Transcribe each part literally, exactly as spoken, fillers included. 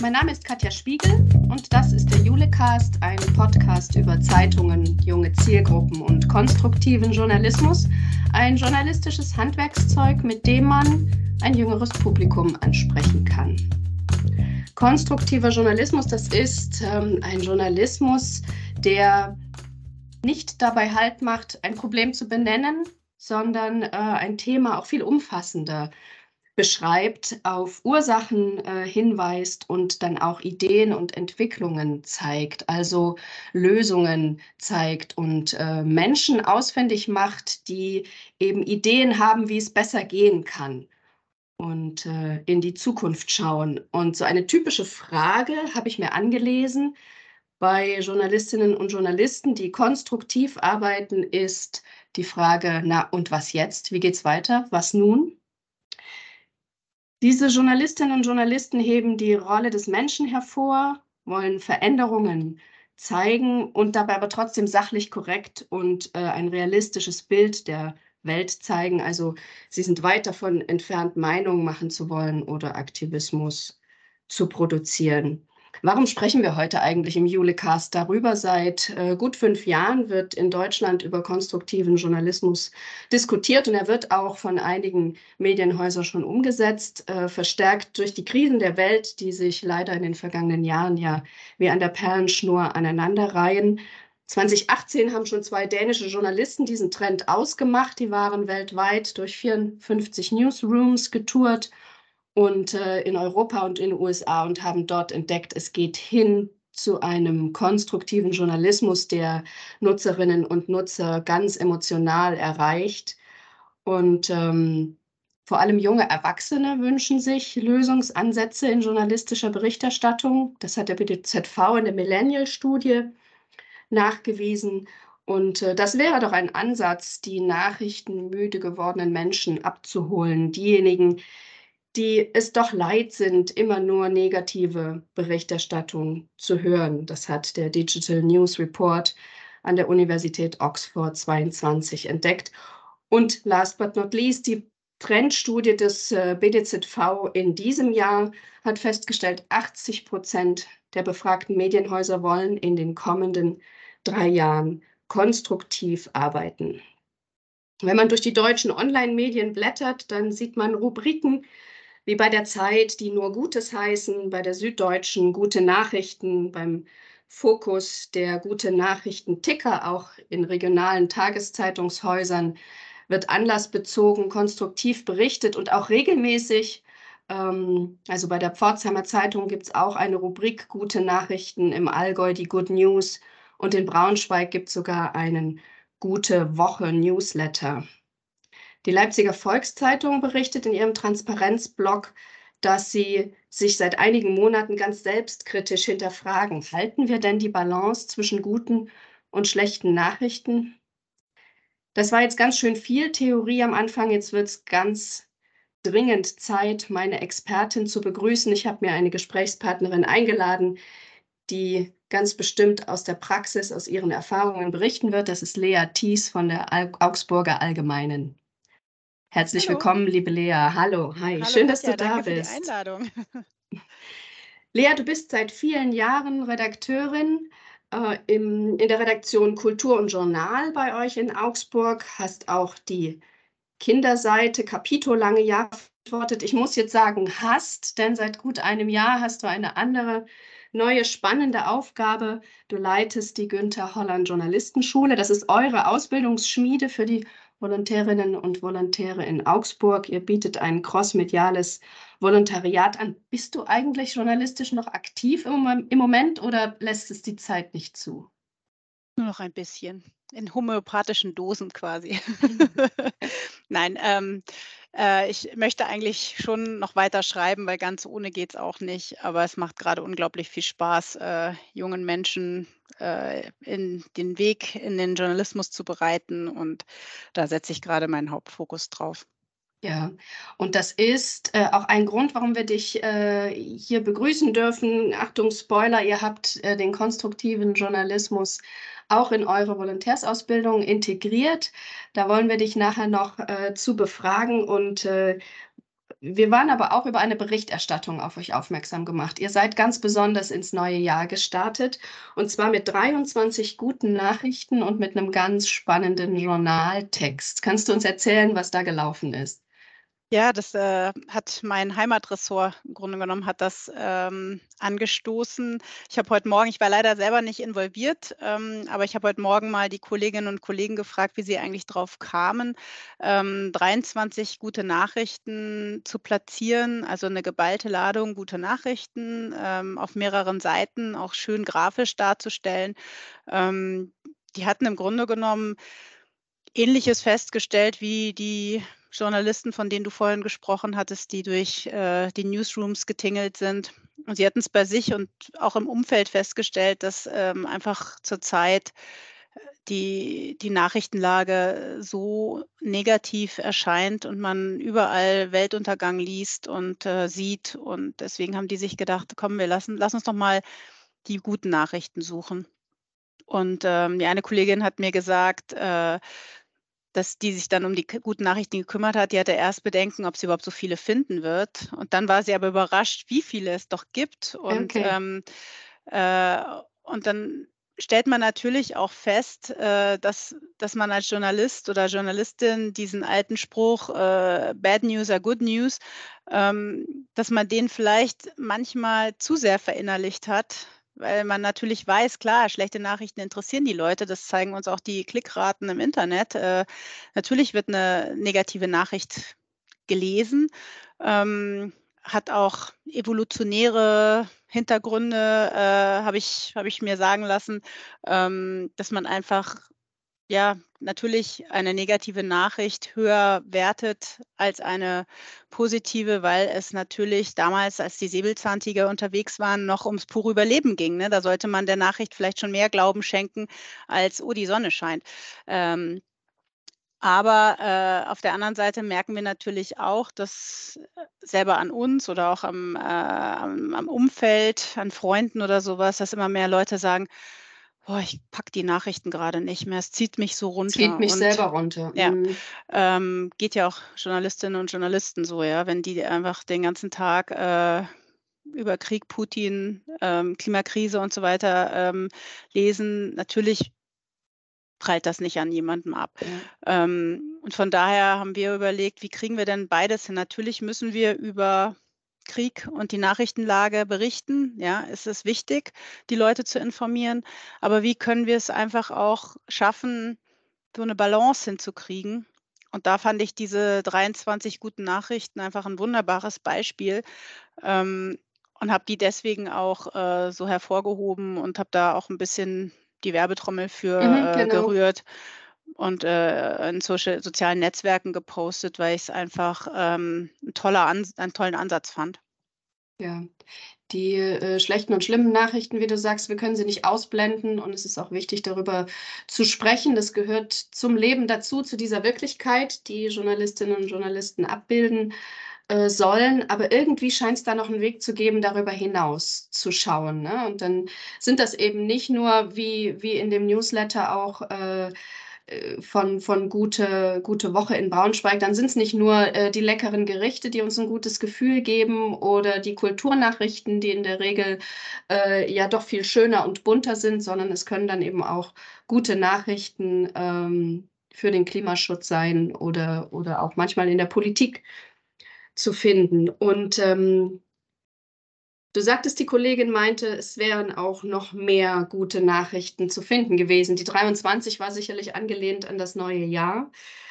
Mein Name ist Katja Spiegel und das ist der Julecast, ein Podcast über Zeitungen, junge Zielgruppen und konstruktiven Journalismus. Ein journalistisches Handwerkszeug, mit dem man ein jüngeres Publikum ansprechen kann. Konstruktiver Journalismus, das ist ähm, ein Journalismus, der nicht dabei Halt macht, ein Problem zu benennen, sondern äh, ein Thema auch viel umfassender beschreibt, auf Ursachen äh, hinweist und dann auch Ideen und Entwicklungen zeigt, also Lösungen zeigt und äh, Menschen ausfindig macht, die eben Ideen haben, wie es besser gehen kann und äh, in die Zukunft schauen. Und so eine typische Frage habe ich mir angelesen bei Journalistinnen und Journalisten, die konstruktiv arbeiten, ist die Frage, na und was jetzt? Wie geht's weiter? Was nun? Diese Journalistinnen und Journalisten heben die Rolle des Menschen hervor, wollen Veränderungen zeigen und dabei aber trotzdem sachlich korrekt und äh, ein realistisches Bild der Welt zeigen. Also sie sind weit davon entfernt, Meinung machen zu wollen oder Aktivismus zu produzieren. Warum sprechen wir heute eigentlich im Julecast darüber? Seit äh, gut fünf Jahren wird in Deutschland über konstruktiven Journalismus diskutiert und er wird auch von einigen Medienhäusern schon umgesetzt, äh, verstärkt durch die Krisen der Welt, die sich leider in den vergangenen Jahren ja wie an der Perlenschnur aneinanderreihen. zwanzig achtzehn haben schon zwei dänische Journalisten diesen Trend ausgemacht. Die waren weltweit durch vierundfünfzig Newsrooms getourt und äh, in Europa und in den U S A und haben dort entdeckt, es geht hin zu einem konstruktiven Journalismus, der Nutzerinnen und Nutzer ganz emotional erreicht. Und ähm, vor allem junge Erwachsene wünschen sich Lösungsansätze in journalistischer Berichterstattung. Das hat der B D Z V in der Millennial-Studie nachgewiesen. Und äh, das wäre doch ein Ansatz, die nachrichtenmüde gewordenen Menschen abzuholen. Diejenigen, die es doch leid sind, immer nur negative Berichterstattung zu hören. Das hat der Digital News Report an der Universität Oxford zweiundzwanzig entdeckt. Und last but not least, die Trendstudie des äh, B D Z V in diesem Jahr hat festgestellt, achtzig Prozent der befragten Medienhäuser wollen in den kommenden drei Jahren konstruktiv arbeiten. Wenn man durch die deutschen Online-Medien blättert, dann sieht man Rubriken wie bei der Zeit, die nur Gutes heißen, bei der Süddeutschen gute Nachrichten, beim Fokus der gute Nachrichten-Ticker, auch in regionalen Tageszeitungshäusern wird anlassbezogen, konstruktiv berichtet und auch regelmäßig. Ähm, also bei der Pforzheimer Zeitung gibt es auch eine Rubrik Gute Nachrichten, im Allgäu die Good News und in Braunschweig gibt es sogar einen Gute Woche Newsletter. Die Leipziger Volkszeitung berichtet in ihrem Transparenzblog, dass sie sich seit einigen Monaten ganz selbstkritisch hinterfragen. Halten wir denn die Balance zwischen guten und schlechten Nachrichten? Das war jetzt ganz schön viel Theorie am Anfang. Jetzt wird es ganz dringend Zeit, meine Expertin zu begrüßen. Ich habe mir eine Gesprächspartnerin eingeladen, die ganz bestimmt aus der Praxis, aus ihren Erfahrungen berichten wird. Das ist Lea Thies von der Augsburger Allgemeinen. Herzlich Hallo. willkommen, liebe Lea. Hallo, hi, Hallo schön, Katja, dass du da danke bist. für die Einladung. Lea, du bist seit vielen Jahren Redakteurin äh, im, in der Redaktion Kultur und Journal bei euch in Augsburg, hast auch die Kinderseite Capito lange Jahre verantwortet. Ich muss jetzt sagen, hast, denn seit gut einem Jahr hast du eine andere, neue, spannende Aufgabe. Du leitest die Günther Holland Journalistenschule. Das ist eure Ausbildungsschmiede für die Volontärinnen und Volontäre in Augsburg. Ihr bietet ein crossmediales Volontariat an. Bist du eigentlich journalistisch noch aktiv im, im Moment oder lässt es die Zeit nicht zu? Nur noch ein bisschen. In homöopathischen Dosen quasi. Nein, ähm, äh, ich möchte eigentlich schon noch weiter schreiben, weil ganz ohne geht's auch nicht. Aber es macht gerade unglaublich viel Spaß, äh, jungen Menschen äh, in den Weg in den Journalismus zu bereiten. Und da setze ich gerade meinen Hauptfokus drauf. Ja, und das ist äh, auch ein Grund, warum wir dich äh, hier begrüßen dürfen. Achtung, Spoiler, ihr habt äh, den konstruktiven Journalismus auch in eure wir waren aber auch über eine Berichterstattung auf euch aufmerksam gemacht. Ihr seid ganz besonders ins neue Jahr gestartet und zwar mit dreiundzwanzig guten Nachrichten und mit einem ganz spannenden Journaltext. Kannst du uns erzählen, was da gelaufen ist? Ja, das, äh, hat mein Heimatressort im Grunde genommen hat das, ähm, angestoßen. Ich habe heute Morgen ich war leider selber nicht involviert, ähm, aber ich habe heute Morgen mal die Kolleginnen und Kollegen gefragt, wie sie eigentlich drauf kamen, ähm, dreiundzwanzig gute Nachrichten zu platzieren, also eine geballte Ladung gute Nachrichten, ähm, auf mehreren Seiten, auch schön grafisch darzustellen. Ähm, Die hatten im Grunde genommen Ähnliches festgestellt wie die Journalisten, von denen du vorhin gesprochen hattest, die durch, äh, die Newsrooms getingelt sind. Und sie hatten es bei sich und auch im Umfeld festgestellt, dass, ähm, einfach zurzeit die die Nachrichtenlage so negativ erscheint und man überall Weltuntergang liest und, äh, sieht. Und deswegen haben die sich gedacht: „Komm, wir lassen lass uns doch mal die guten Nachrichten suchen.“ Und, ähm, die eine Kollegin hat mir gesagt, äh dass die sich dann um die k guten Nachrichten gekümmert hat. Die hatte erst Bedenken, ob sie überhaupt so viele finden wird. Und dann war sie aber überrascht, wie viele es doch gibt. Und, Okay. ähm, äh und dann stellt man natürlich auch fest, äh, dass dass man als Journalist oder Journalistin diesen alten Spruch, äh, „Bad News are good news“, ähm, dass man den vielleicht manchmal zu sehr verinnerlicht hat, weil man natürlich weiß, klar, schlechte Nachrichten interessieren die Leute. Das zeigen uns auch die Klickraten im Internet. Äh, natürlich wird eine negative Nachricht gelesen, ähm, hat auch evolutionäre Hintergründe, äh, habe ich habe ich mir sagen lassen, ähm, dass man einfach ja, natürlich eine negative Nachricht höher wertet als eine positive, weil es natürlich damals, als die Säbelzahntiger unterwegs waren, noch ums pure Überleben ging, ne? Da sollte man der Nachricht vielleicht schon mehr Glauben schenken als: „Oh, die Sonne scheint.“ Ähm, aber, äh, auf der anderen Seite merken wir natürlich auch, dass, äh, selber an uns oder auch am, äh am am Umfeld, an Freunden oder sowas, dass immer mehr Leute sagen: „Boah, ich packe die Nachrichten gerade nicht mehr. Es zieht mich so Zieht runter.“ mich selber Und runter. ja, Mhm. ähm, geht ja auch Journalistinnen und Journalisten so, ja, wenn die einfach den ganzen Tag, äh, über Krieg, Putin, ähm, Klimakrise und so weiter, ähm, lesen. Natürlich prallt das nicht an jemandem ab. Ja. Ähm, und von daher haben wir überlegt, wie kriegen wir denn beides hin? Natürlich müssen wir über Krieg und die Nachrichtenlage berichten. Ja, es ist wichtig, die Leute zu informieren. Aber wie können wir es einfach auch schaffen, so eine Balance hinzukriegen? Und da fand ich diese dreiundzwanzig guten Nachrichten einfach ein wunderbares Beispiel, ähm, und habe die deswegen auch, äh, so hervorgehoben und habe da auch ein bisschen die Werbetrommel Mhm, für, äh, genau. gerührt und, äh, in Social sozialen Netzwerken gepostet, weil ich es einfach, ähm, 'n toller Ans einen tollen Ansatz fand. Ja. Die, äh, schlechten und schlimmen Nachrichten, wie du sagst, wir können sie nicht ausblenden und es ist auch wichtig, darüber zu sprechen. Das gehört zum Leben dazu, zu dieser Wirklichkeit, die Journalistinnen und Journalisten abbilden, äh, sollen. Aber irgendwie scheint es da noch einen Weg zu geben, darüber hinaus zu schauen, ne? Und dann sind das eben nicht nur wie wie in dem Newsletter auch, äh, äh, von von Gute Gute Woche in Braunschweig, dann sind es nicht nur, äh, die leckeren Gerichte, die uns ein gutes Gefühl geben oder die Kulturnachrichten, die in der Regel, äh, ja doch viel schöner und bunter sind, sondern es können dann eben auch gute Nachrichten, ähm, für den Klimaschutz sein oder oder auch manchmal in der Politik zu finden. Und, ähm, du sagtest, die Kollegin meinte, es wären auch noch mehr gute Nachrichten zu finden gewesen. Die dreiundzwanzig war sicherlich angelehnt an das neue Jahr.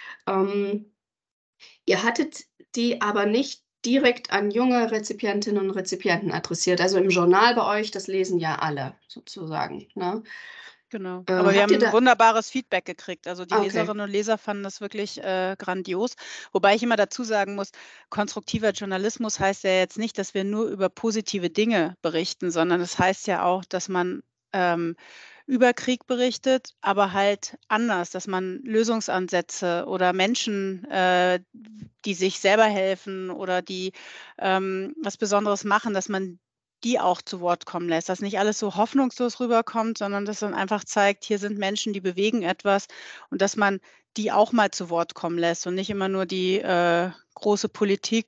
Ähm, Ihr hattet die aber nicht direkt an junge Rezipientinnen und Rezipienten adressiert. Also, im Journal bei euch, das lesen ja alle sozusagen, ne? Genau. Äh, Aber wir habt ihr haben da wunderbares Feedback gekriegt. Also, die ah, okay. Leserinnen und Leser fanden das wirklich, äh, grandios. Wobei ich immer dazu sagen muss, konstruktiver Journalismus heißt ja jetzt nicht, dass wir nur über positive Dinge berichten, sondern es heißt ja auch, dass man, ähm, über Krieg berichtet, aber halt anders, dass man Lösungsansätze oder Menschen, äh, die sich selber helfen oder die, ähm, was Besonderes machen, dass man die auch zu Wort kommen lässt, dass nicht alles so hoffnungslos rüberkommt, sondern dass man einfach zeigt, hier sind Menschen, die bewegen etwas und dass man die auch mal zu Wort kommen lässt und nicht immer nur die, äh, große Politik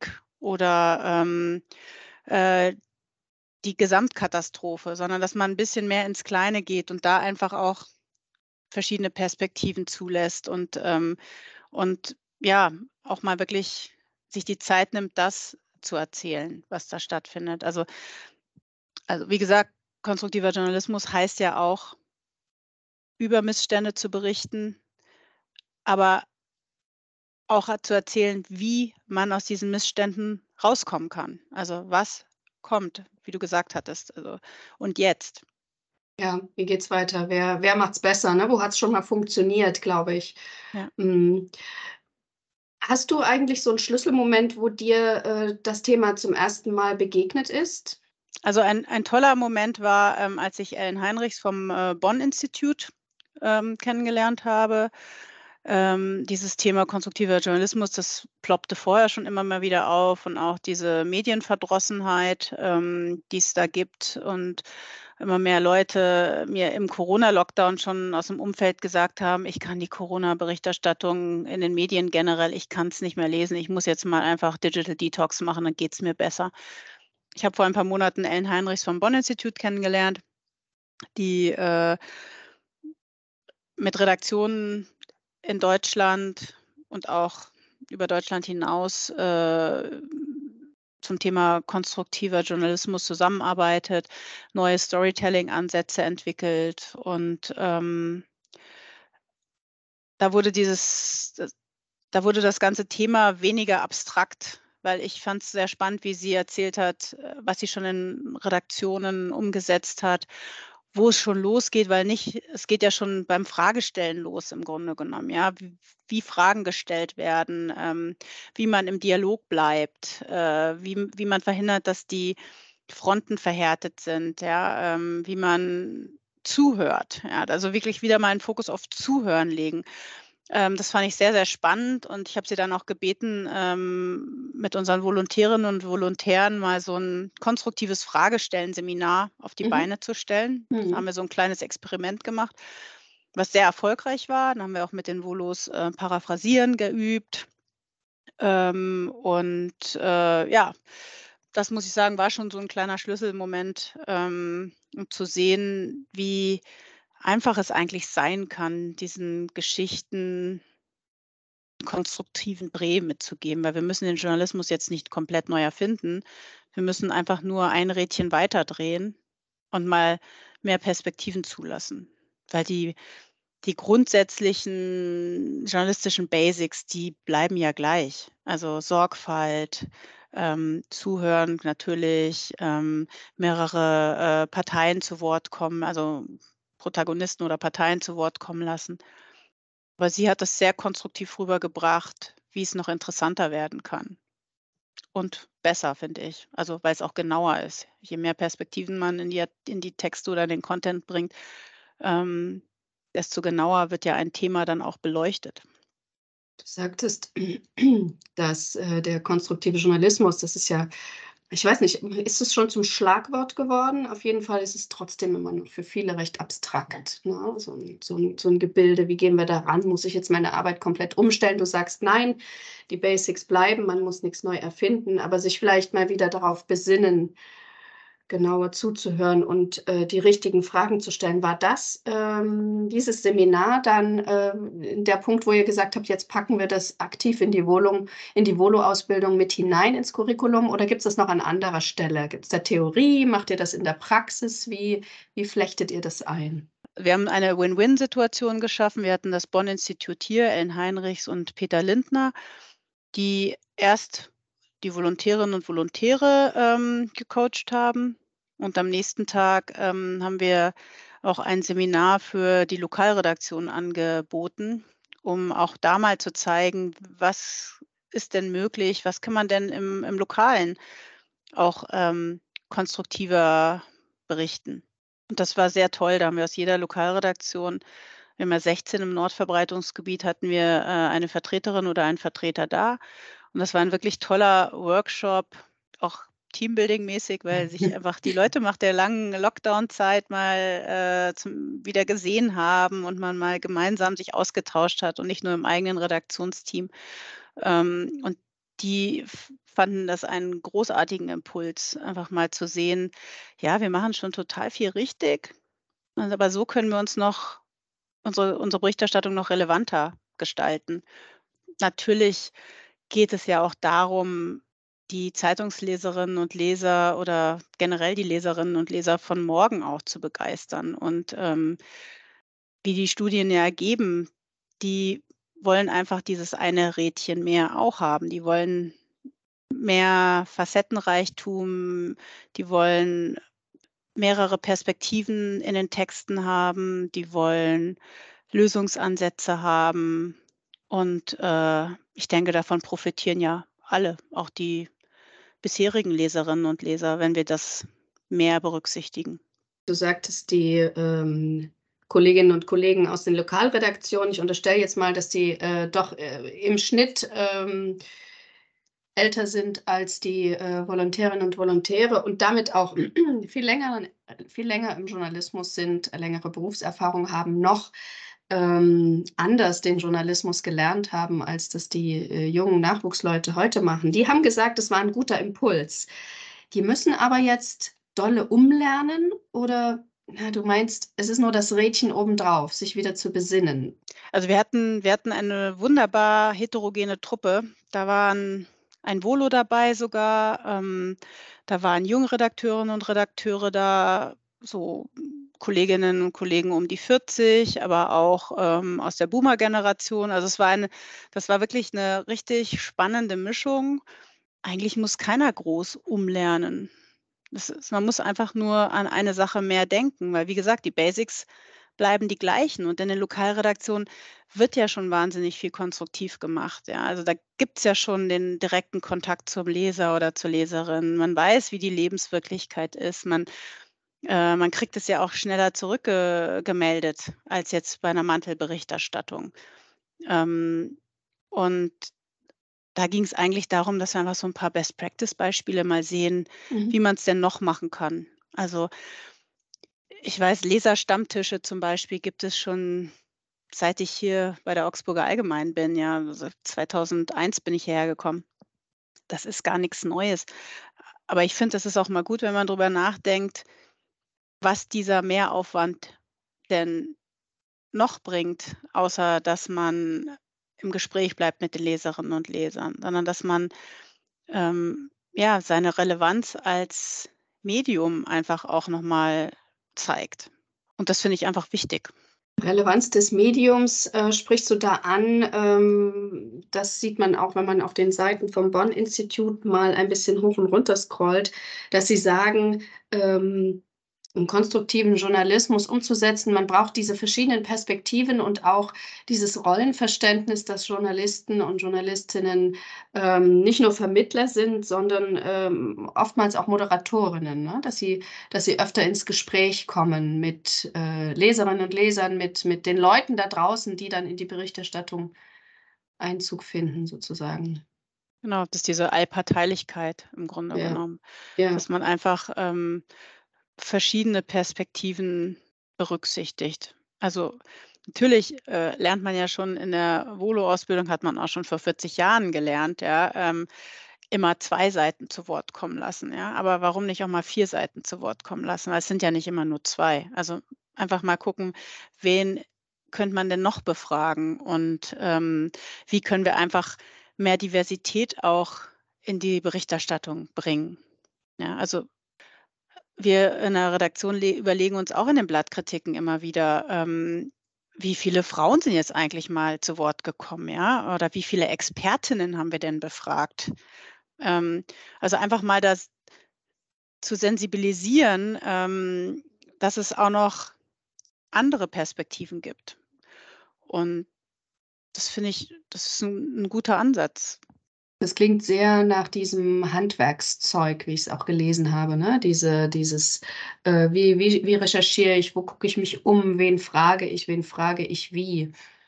oder ähm, äh, die Gesamtkatastrophe, sondern dass man ein bisschen mehr ins Kleine geht und da einfach auch verschiedene Perspektiven zulässt und, ähm und ja, auch mal wirklich sich die Zeit nimmt, das zu erzählen, was da stattfindet. Also also, wie gesagt, konstruktiver Journalismus heißt ja auch, über Missstände zu berichten, aber auch a zu erzählen, wie man aus diesen Missständen rauskommen kann. Also, was kommt, wie du gesagt hattest, also und jetzt. Ja, wie geht's weiter? Wer wer macht's besser, ne? Wo hat's schon mal funktioniert, glaube ich. Ja. Hm, hast du eigentlich so 'n Schlüsselmoment, wo dir, äh, das Thema zum ersten Mal begegnet ist? Also, ein ein toller Moment war, ähm, als ich Ellen Heinrichs vom, äh, Bond-Institut, ähm, kennengelernt habe. Ähm, dieses Thema konstruktiver Journalismus, das ploppte vorher schon immer mal wieder auf und auch diese Medienverdrossenheit, ähm, die es da gibt und immer mehr Leute mir im Corona-Lockdown schon aus dem Umfeld gesagt haben: „Ich kann die Corona-Berichterstattung in den Medien generell ich kann's nicht mehr lesen. Ich muss jetzt mal einfach Digital Detox machen, dann geht's mir besser.“ Ich habe vor ein paar Monaten Ellen Heinrichs vom Bond-Institut kennengelernt, die, äh mit Redaktionen in Deutschland und auch über Deutschland hinaus, äh, zum Thema konstruktiver Journalismus zusammenarbeitet, neue Storytelling-Ansätze entwickelt und, ähm da wurde dieses das da wurde das ganze Thema weniger abstrakt, weil ich fand's sehr spannend, wie sie erzählt hat, äh, was sie schon in Redaktionen umgesetzt hat, wo es schon losgeht, weil nicht es geht ja schon beim Fragestellen los im Grunde genommen, ja, w wie Fragen gestellt werden, ähm, wie man im Dialog bleibt, äh, wie m wie man verhindert, dass die Fronten verhärtet sind, ja, ähm, wie man zuhört, ja, also wirklich wieder mal 'n Fokus auf Zuhören legen. Ähm, das fand ich sehr, sehr spannend und ich habe sie dann auch gebeten, ähm, mit unseren Volontärinnen und Volontären mal so 'n konstruktives Fragestellen-Seminar auf die Mhm. Beine zu stellen. Da haben Mhm. wir so 'n kleines Experiment gemacht, was sehr erfolgreich war. Dann haben wir auch mit den Volos, äh, Paraphrasieren geübt. Ähm, und, äh, ja, das muss ich sagen, war schon so 'n kleiner Schlüsselmoment, ähm, um zu sehen, wie einfach es eigentlich sein kann, diesen Geschichten konstruktiven Dreh mitzugeben, weil wir müssen den Journalismus jetzt nicht komplett neu erfinden. Wir müssen einfach nur ein Rädchen weiterdrehen und mal mehr Perspektiven zulassen, weil die die grundsätzlichen journalistischen Basics, die bleiben ja gleich. Also, Sorgfalt, ähm, Zuhören natürlich, ähm, mehrere, äh, Parteien zu Wort kommen, also Protagonisten oder Parteien zu Wort kommen lassen. Aber sie hat das sehr konstruktiv rübergebracht, wie es noch interessanter werden kann und besser, finde ich. Also, weil's auch genauer ist. Je mehr Perspektiven man in die in die Texte oder in den Content bringt, ähm, desto genauer wird ja ein Thema dann auch beleuchtet. Du sagtest, dass, äh, der konstruktive Journalismus, das ist ja ich weiß nicht, ist es schon zum Schlagwort geworden? Auf jeden Fall ist es trotzdem immer noch für viele recht abstrakt, ne? So 'n so 'n so 'n Gebilde. Wie gehen wir da ran? Muss ich jetzt meine Arbeit komplett umstellen? Du sagst: „Nein, die Basics bleiben, man muss nix neu erfinden“, aber sich vielleicht mal wieder darauf besinnen, genauer zuzuhören und, äh, die richtigen Fragen zu stellen. War das, ähm dieses Seminar dann, ähm, der Punkt, wo ihr gesagt habt: „Jetzt packen wir das aktiv in die Volum in die Volo-Ausbildung mit hinein ins Curriculum“, oder gibt's das noch an anderer Stelle? Gibt's da Theorie? Macht ihr das in der Praxis? Wie wie flechtet ihr das ein? Wir haben eine Win-Win-Situation geschaffen. Wir hatten das Bond-Institut hier, Ellen Heinrichs und Peter Lindner, die erst die Volontärinnen und Volontäre, ähm, gecoacht haben. Und am nächsten Tag, ähm, haben wir auch ein Seminar für die Lokalredaktion angeboten, um auch da mal zu zeigen, was ist denn möglich? Was kann man denn im im Lokalen auch, ähm, konstruktiver berichten? Und das war sehr toll. Da haben wir aus jeder Lokalredaktion wir haben ja sechzehn im Nordverbreitungsgebiet, hatten wir, äh, eine Vertreterin oder einen Vertreter da. Und das war 'n wirklich toller Workshop, auch teambuilding-mäßig, weil sich einfach die Leute nach der langen Lockdown-Zeit mal, äh, zum wieder gesehen haben und man mal gemeinsam sich ausgetauscht hat und nicht nur im eigenen Redaktionsteam. Ähm, und die f fanden das einen großartigen Impuls, einfach mal zu sehen: „Ja, wir machen schon total viel richtig, und aber so können wir uns noch unsere unsere Berichterstattung noch relevanter gestalten.“ Natürlich geht es ja auch darum, die Zeitungsleserinnen und Leser oder generell die Leserinnen und Leser von morgen auch zu begeistern. Und, ähm, wie die Studien ja ergeben, die wollen einfach dieses eine Rädchen mehr auch haben. Die wollen mehr Facettenreichtum, die wollen mehrere Perspektiven in den Texten haben, die wollen Lösungsansätze haben. Und, äh, ich denke, davon profitieren ja alle, auch die bisherigen Leserinnen und Leser, wenn wir das mehr berücksichtigen. Du sagtest, die, ähm, Kolleginnen und Kollegen aus den Lokalredaktionen, ich unterstelle jetzt mal, dass die, äh, doch, äh, im Schnitt, ähm, älter sind als die, äh, Volontärinnen und Volontäre und damit auch viel länger viel länger im Journalismus sind, äh, längere Berufserfahrung haben, noch, ähm, anders den Journalismus gelernt haben, als das die, äh, jungen Nachwuchsleute heute machen. Die haben gesagt, es war ein guter Impuls. Die müssen aber jetzt dolle umlernen oder, na, du meinst, es ist nur das Rädchen obendrauf, sich wieder zu besinnen? Also, wir hatten wir hatten eine wunderbar heterogene Truppe. Da waren ein Volo dabei sogar, ähm, da waren junge Redakteurinnen und Redakteure da, so Kolleginnen und Kollegen um die vierzig, aber auch, ähm, aus der Boomer-Generation. Also, es war eine das war wirklich eine richtig spannende Mischung. Eigentlich muss keiner groß umlernen. Das ist Man muss einfach nur an eine Sache mehr denken, weil wie gesagt, die Basics bleiben die gleichen und in den Lokalredaktionen wird ja schon wahnsinnig viel konstruktiv gemacht, ja. Also, da gibt's ja schon den direkten Kontakt zum Leser oder zur Leserin. Man weiß, wie die Lebenswirklichkeit ist. Man äh, man kriegt es ja auch schneller zurückgemeldet als jetzt bei einer Mantelberichterstattung. Ähm, und da ging es eigentlich darum, dass wir einfach so ein paar Best-Practice-Beispiele mal sehen, Mhm. wie man es denn noch machen kann. Also, ich weiß, Leserstammtische zum Beispiel gibt es schon, seit ich hier bei der Augsburger Allgemeinen bin, ja. Also, zweitausendeins bin ich hierher gekommen. Das ist gar nichts Neues. Aber ich finde, das ist auch mal gut, wenn man drüber nachdenkt, was dieser Mehraufwand denn noch bringt, außer dass man im Gespräch bleibt mit den Leserinnen und Lesern, sondern dass man, ähm, ja, seine Relevanz als Medium einfach auch noch mal zeigt. Und das finde ich einfach wichtig. Relevanz des Mediums, äh, sprichst du da an. Ähm, das sieht man auch, wenn man auf den Seiten vom Bonn-Institut mal ein bisschen hoch und runter scrollt, dass sie sagen, ähm, um konstruktiven Journalismus umzusetzen, man braucht diese verschiedenen Perspektiven und auch dieses Rollenverständnis, dass Journalisten und Journalistinnen, ähm, nicht nur Vermittler sind, sondern, ähm, oftmals auch Moderatorinnen, ne? Dass sie dass sie öfter ins Gespräch kommen mit, äh, Leserinnen und Lesern, mit mit den Leuten da draußen, die dann in die Berichterstattung Einzug finden sozusagen. Genau, das ist diese Allparteilichkeit im Grunde Ja, genommen, ja. dass man einfach, ähm, verschiedene Perspektiven berücksichtigt. Also, natürlich, äh, lernt man ja schon in der Volo-Ausbildung, hat man auch schon vor vierzig Jahren gelernt, ja, ähm, immer zwei Seiten zu Wort kommen lassen, ja. Aber warum nicht auch mal vier Seiten zu Wort kommen lassen? Weil es sind ja nicht immer nur zwei. Also, einfach mal gucken, wen könnte man denn noch befragen und, ähm, wie können wir einfach mehr Diversität auch in die Berichterstattung bringen. Ja, also wir in der Redaktion le überlegen uns auch in den Blattkritiken immer wieder, ähm, wie viele Frauen sind jetzt eigentlich mal zu Wort gekommen, ja? Oder wie viele Expertinnen haben wir denn befragt? Ähm, also einfach mal das zu sensibilisieren, ähm, dass es auch noch andere Perspektiven gibt. Und das finde ich, das ist ein 'n guter Ansatz. Das klingt sehr nach diesem Handwerkszeug, wie ich's auch gelesen habe, ne? Diese dieses, äh, wie wie wie recherchiere ich, wo gucke ich mich um, wen frage ich, wen frage ich wie?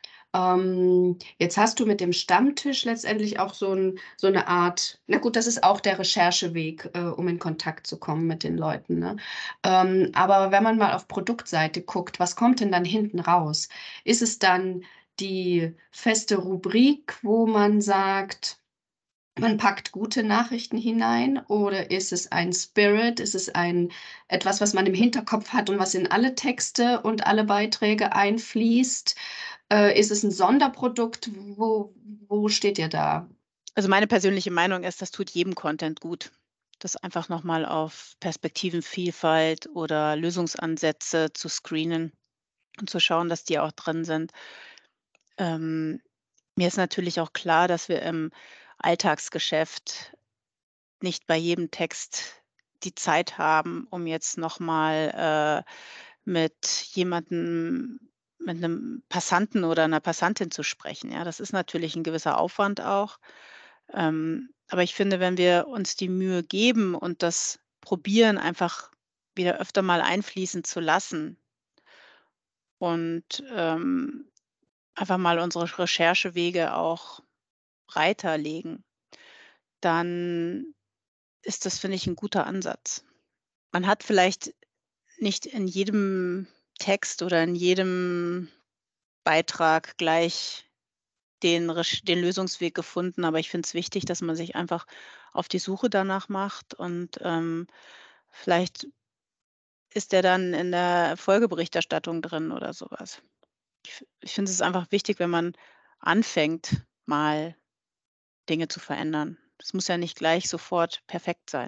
Ähm, jetzt hast du mit dem Stammtisch letztendlich auch so 'n so 'ne Art, na gut, das ist auch der Rechercheweg, äh, um in Kontakt zu kommen mit den Leuten, ne? Ähm, aber wenn man mal auf Produktseite guckt, was kommt denn dann hinten raus? Ist es dann die feste Rubrik, wo man sagt man packt gute Nachrichten hinein oder ist es ein Spirit? Ist es ein etwas, was man im Hinterkopf hat und was in alle Texte und alle Beiträge einfließt? Äh, ist es ein Sonderprodukt? Wo wo steht ihr da? Also, meine persönliche Meinung ist, das tut jedem Content gut. Das einfach noch mal auf Perspektivenvielfalt oder Lösungsansätze zu screenen und zu schauen, dass die auch drin sind. Ähm, Mir ist natürlich auch klar, dass wir im Alltagsgeschäft nicht bei jedem Text die Zeit haben, um jetzt noch mal, äh, mit jemandem mit einem Passanten oder einer Passantin zu sprechen, ja? Das ist natürlich ein gewisser Aufwand auch. Ähm, aber ich finde, wenn wir uns die Mühe geben und das probieren, einfach wieder öfter mal einfließen zu lassen und, ähm, einfach mal unsere Recherchewege auch breiter legen, dann ist das, finde ich, ein guter Ansatz. Man hat vielleicht nicht in jedem Text oder in jedem Beitrag gleich den Resch den Lösungsweg gefunden, aber ich finde es wichtig, dass man sich einfach auf die Suche danach macht und, ähm, vielleicht ist der dann in der Folgeberichterstattung drin oder sowas. Ich f ich finde es ist einfach wichtig, wenn man anfängt, mal Dinge zu verändern. Es muss ja nicht gleich sofort perfekt sein.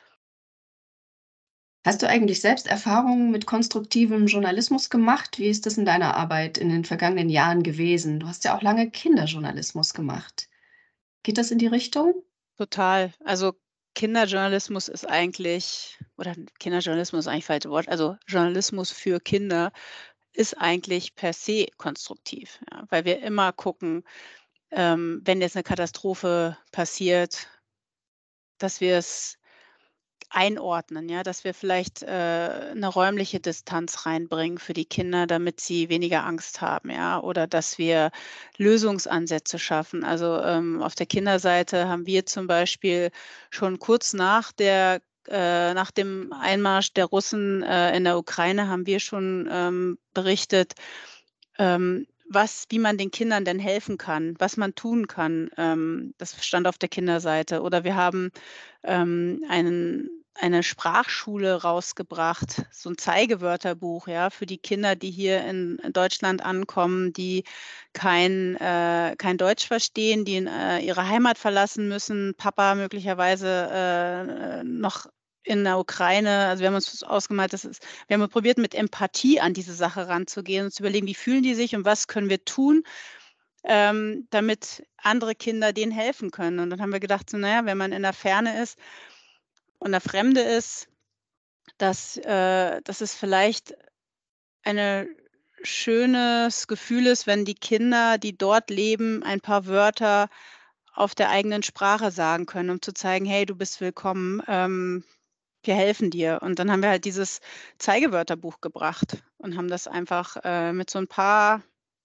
Hast du eigentlich selbst Erfahrungen mit konstruktivem Journalismus gemacht? Wie ist das in deiner Arbeit in den vergangenen Jahren gewesen? Du hast ja auch lange Kinderjournalismus gemacht. Geht das in die Richtung? Total. Also, Kinderjournalismus ist eigentlich oder Kinderjournalismus ist eigentlich falsche Wort. Also, Journalismus für Kinder ist eigentlich per se konstruktiv, ja, weil wir immer gucken, ähm, wenn jetzt eine Katastrophe passiert, dass wir es einordnen, ja, dass wir vielleicht, äh, 'ne räumliche Distanz reinbringen für die Kinder, damit sie weniger Angst haben, ja, oder dass wir Lösungsansätze schaffen. Also, ähm, auf der Kinderseite haben wir zum Beispiel schon kurz nach der äh, nach dem Einmarsch der Russen, äh, in der Ukraine haben wir schon, ähm, berichtet, ähm, was wie man den Kindern denn helfen kann, was man tun kann. Ähm, das stand auf der Kinderseite. Oder wir haben, ähm, einen eine Sprachschule rausgebracht, so 'n Zeigewörterbuch, ja, für die Kinder, die hier in in Deutschland ankommen, die kein äh, kein Deutsch verstehen, die in, äh, ihre Heimat verlassen müssen, Papa möglicherweise, äh, noch in der Ukraine. Also, wir haben uns das ausgemalt, das ist wir haben probiert, mit Empathie an diese Sache ranzugehen und zu überlegen: „Wie fühlen die sich und was können wir tun, ähm, damit andere Kinder denen helfen können?“ Und dann haben wir gedacht, so, na ja, wenn man in der Ferne ist und der Fremde ist, dass äh, dass es vielleicht eine schönes Gefühl ist, wenn die Kinder, die dort leben, ein paar Wörter auf der eigenen Sprache sagen können, um zu zeigen: „Hey, du bist willkommen, ähm, wir helfen dir.“ Und dann haben wir halt dieses Zeigewörterbuch gebracht und haben das einfach, äh, mit so 'n paar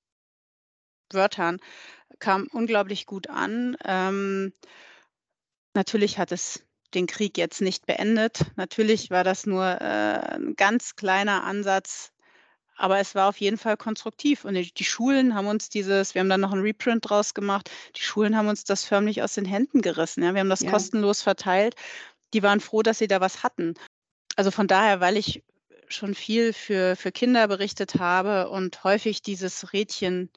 Wörtern kam unglaublich gut an. Ähm, natürlich hat es den Krieg jetzt nicht beendet. Natürlich war das nur, äh, 'n ganz kleiner Ansatz, aber es war auf jeden Fall konstruktiv. Und die die Schulen haben uns dieses wir haben dann noch 'n Reprint draus gemacht. Die Schulen haben uns das förmlich aus den Händen gerissen, ja. Wir haben das Ja. kostenlos verteilt. Die waren froh, dass sie da was hatten. Also, von daher, weil ich schon viel für für Kinder berichtet habe und häufig dieses Rädchen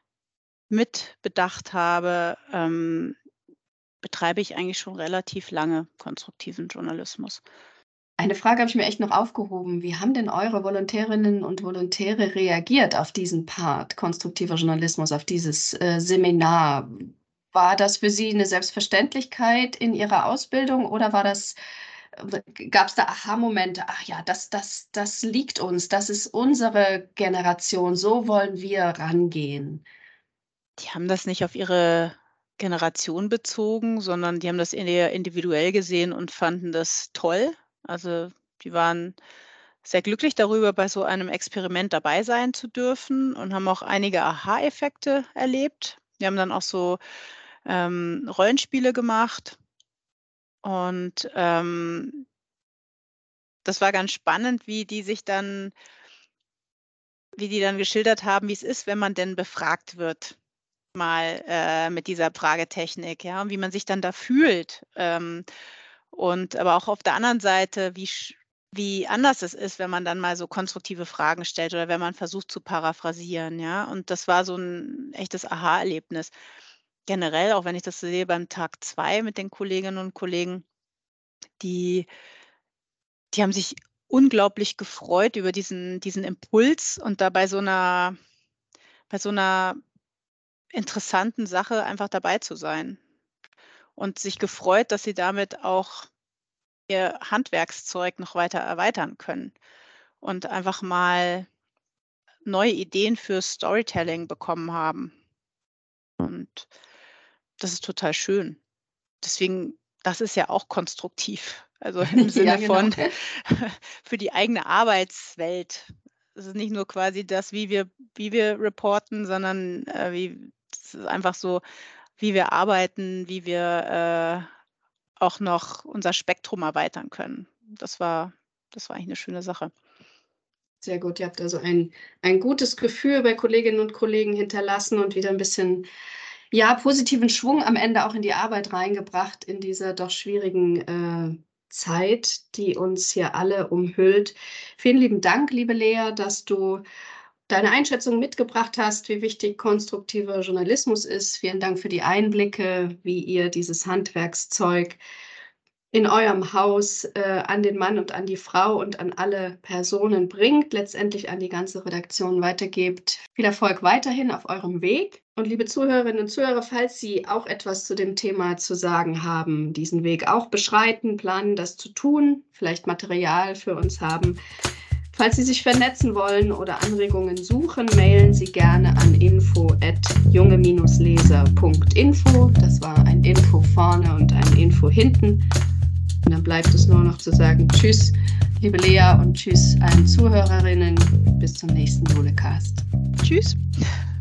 mitbedacht habe, ähm, betreibe ich eigentlich schon relativ lange konstruktiven Journalismus. Eine Frage habe ich mir echt noch aufgehoben. Wie haben denn eure Volontärinnen und Volontäre reagiert auf diesen Part konstruktiver Journalismus, auf dieses, äh, Seminar? War das für sie eine Selbstverständlichkeit in ihrer Ausbildung oder war das gab es da Aha-Momente? „Ach ja, das das das liegt uns. Das ist unsere Generation. So wollen wir rangehen.“ Die haben das nicht auf ihre Generation bezogen, sondern die haben das eher individuell gesehen und fanden das toll. Also, die waren sehr glücklich darüber, bei so einem Experiment dabei sein zu dürfen und haben auch einige Aha-Effekte erlebt. Wir haben dann auch so, ähm, Rollenspiele gemacht und, ähm, das war ganz spannend, wie die sich dann wie die dann geschildert haben, wie es ist, wenn man denn befragt wird. mal äh, mit dieser Fragetechnik, ja, und wie man sich dann da fühlt. Ähm, und aber auch auf der anderen Seite, wie, sch- wie anders es ist, wenn man dann mal so konstruktive Fragen stellt oder wenn man versucht zu paraphrasieren, ja. Und das war so ein echtes Aha-Erlebnis. Generell, auch wenn ich das so sehe beim Tag zwei mit den Kolleginnen und Kollegen, die, die haben sich unglaublich gefreut über diesen, diesen Impuls und da bei so einer, bei so einer interessanten Sache einfach dabei zu sein und sich gefreut, dass sie damit auch ihr Handwerkszeug noch weiter erweitern können und einfach mal neue Ideen für Storytelling bekommen haben. Und das ist total schön. Deswegen, das ist ja auch konstruktiv. Also im Ja, Sinne genau. von für die eigene Arbeitswelt. Es ist nicht nur quasi das, wie wir, wie wir reporten, sondern äh, wie es ist einfach so, wie wir arbeiten, wie wir äh, auch noch unser Spektrum erweitern können. Das war, das war eigentlich eine schöne Sache. Sehr gut. Ihr habt also ein, ein gutes Gefühl bei Kolleginnen und Kollegen hinterlassen und wieder ein bisschen, ja, positiven Schwung am Ende auch in die Arbeit reingebracht in dieser doch schwierigen äh, Zeit, die uns hier alle umhüllt. Vielen lieben Dank, liebe Lea, dass du deine Einschätzung mitgebracht hast, wie wichtig konstruktiver Journalismus ist. Vielen Dank für die Einblicke, wie ihr dieses Handwerkszeug in eurem Haus äh, an den Mann und an die Frau und an alle Personen bringt, letztendlich an die ganze Redaktion weitergebt. Viel Erfolg weiterhin auf eurem Weg. Und liebe Zuhörerinnen und Zuhörer, falls Sie auch etwas zu dem Thema zu sagen haben, diesen Weg auch beschreiten, planen, das zu tun, vielleicht Material für uns haben, falls Sie sich vernetzen wollen oder Anregungen suchen, mailen Sie gerne an info at junge leser punkt info. Das war ein Info vorne und ein Info hinten. Und dann bleibt es nur noch zu sagen, tschüss, liebe Lea, und tschüss allen Zuhörerinnen. Bis zum nächsten Jolecast. Tschüss.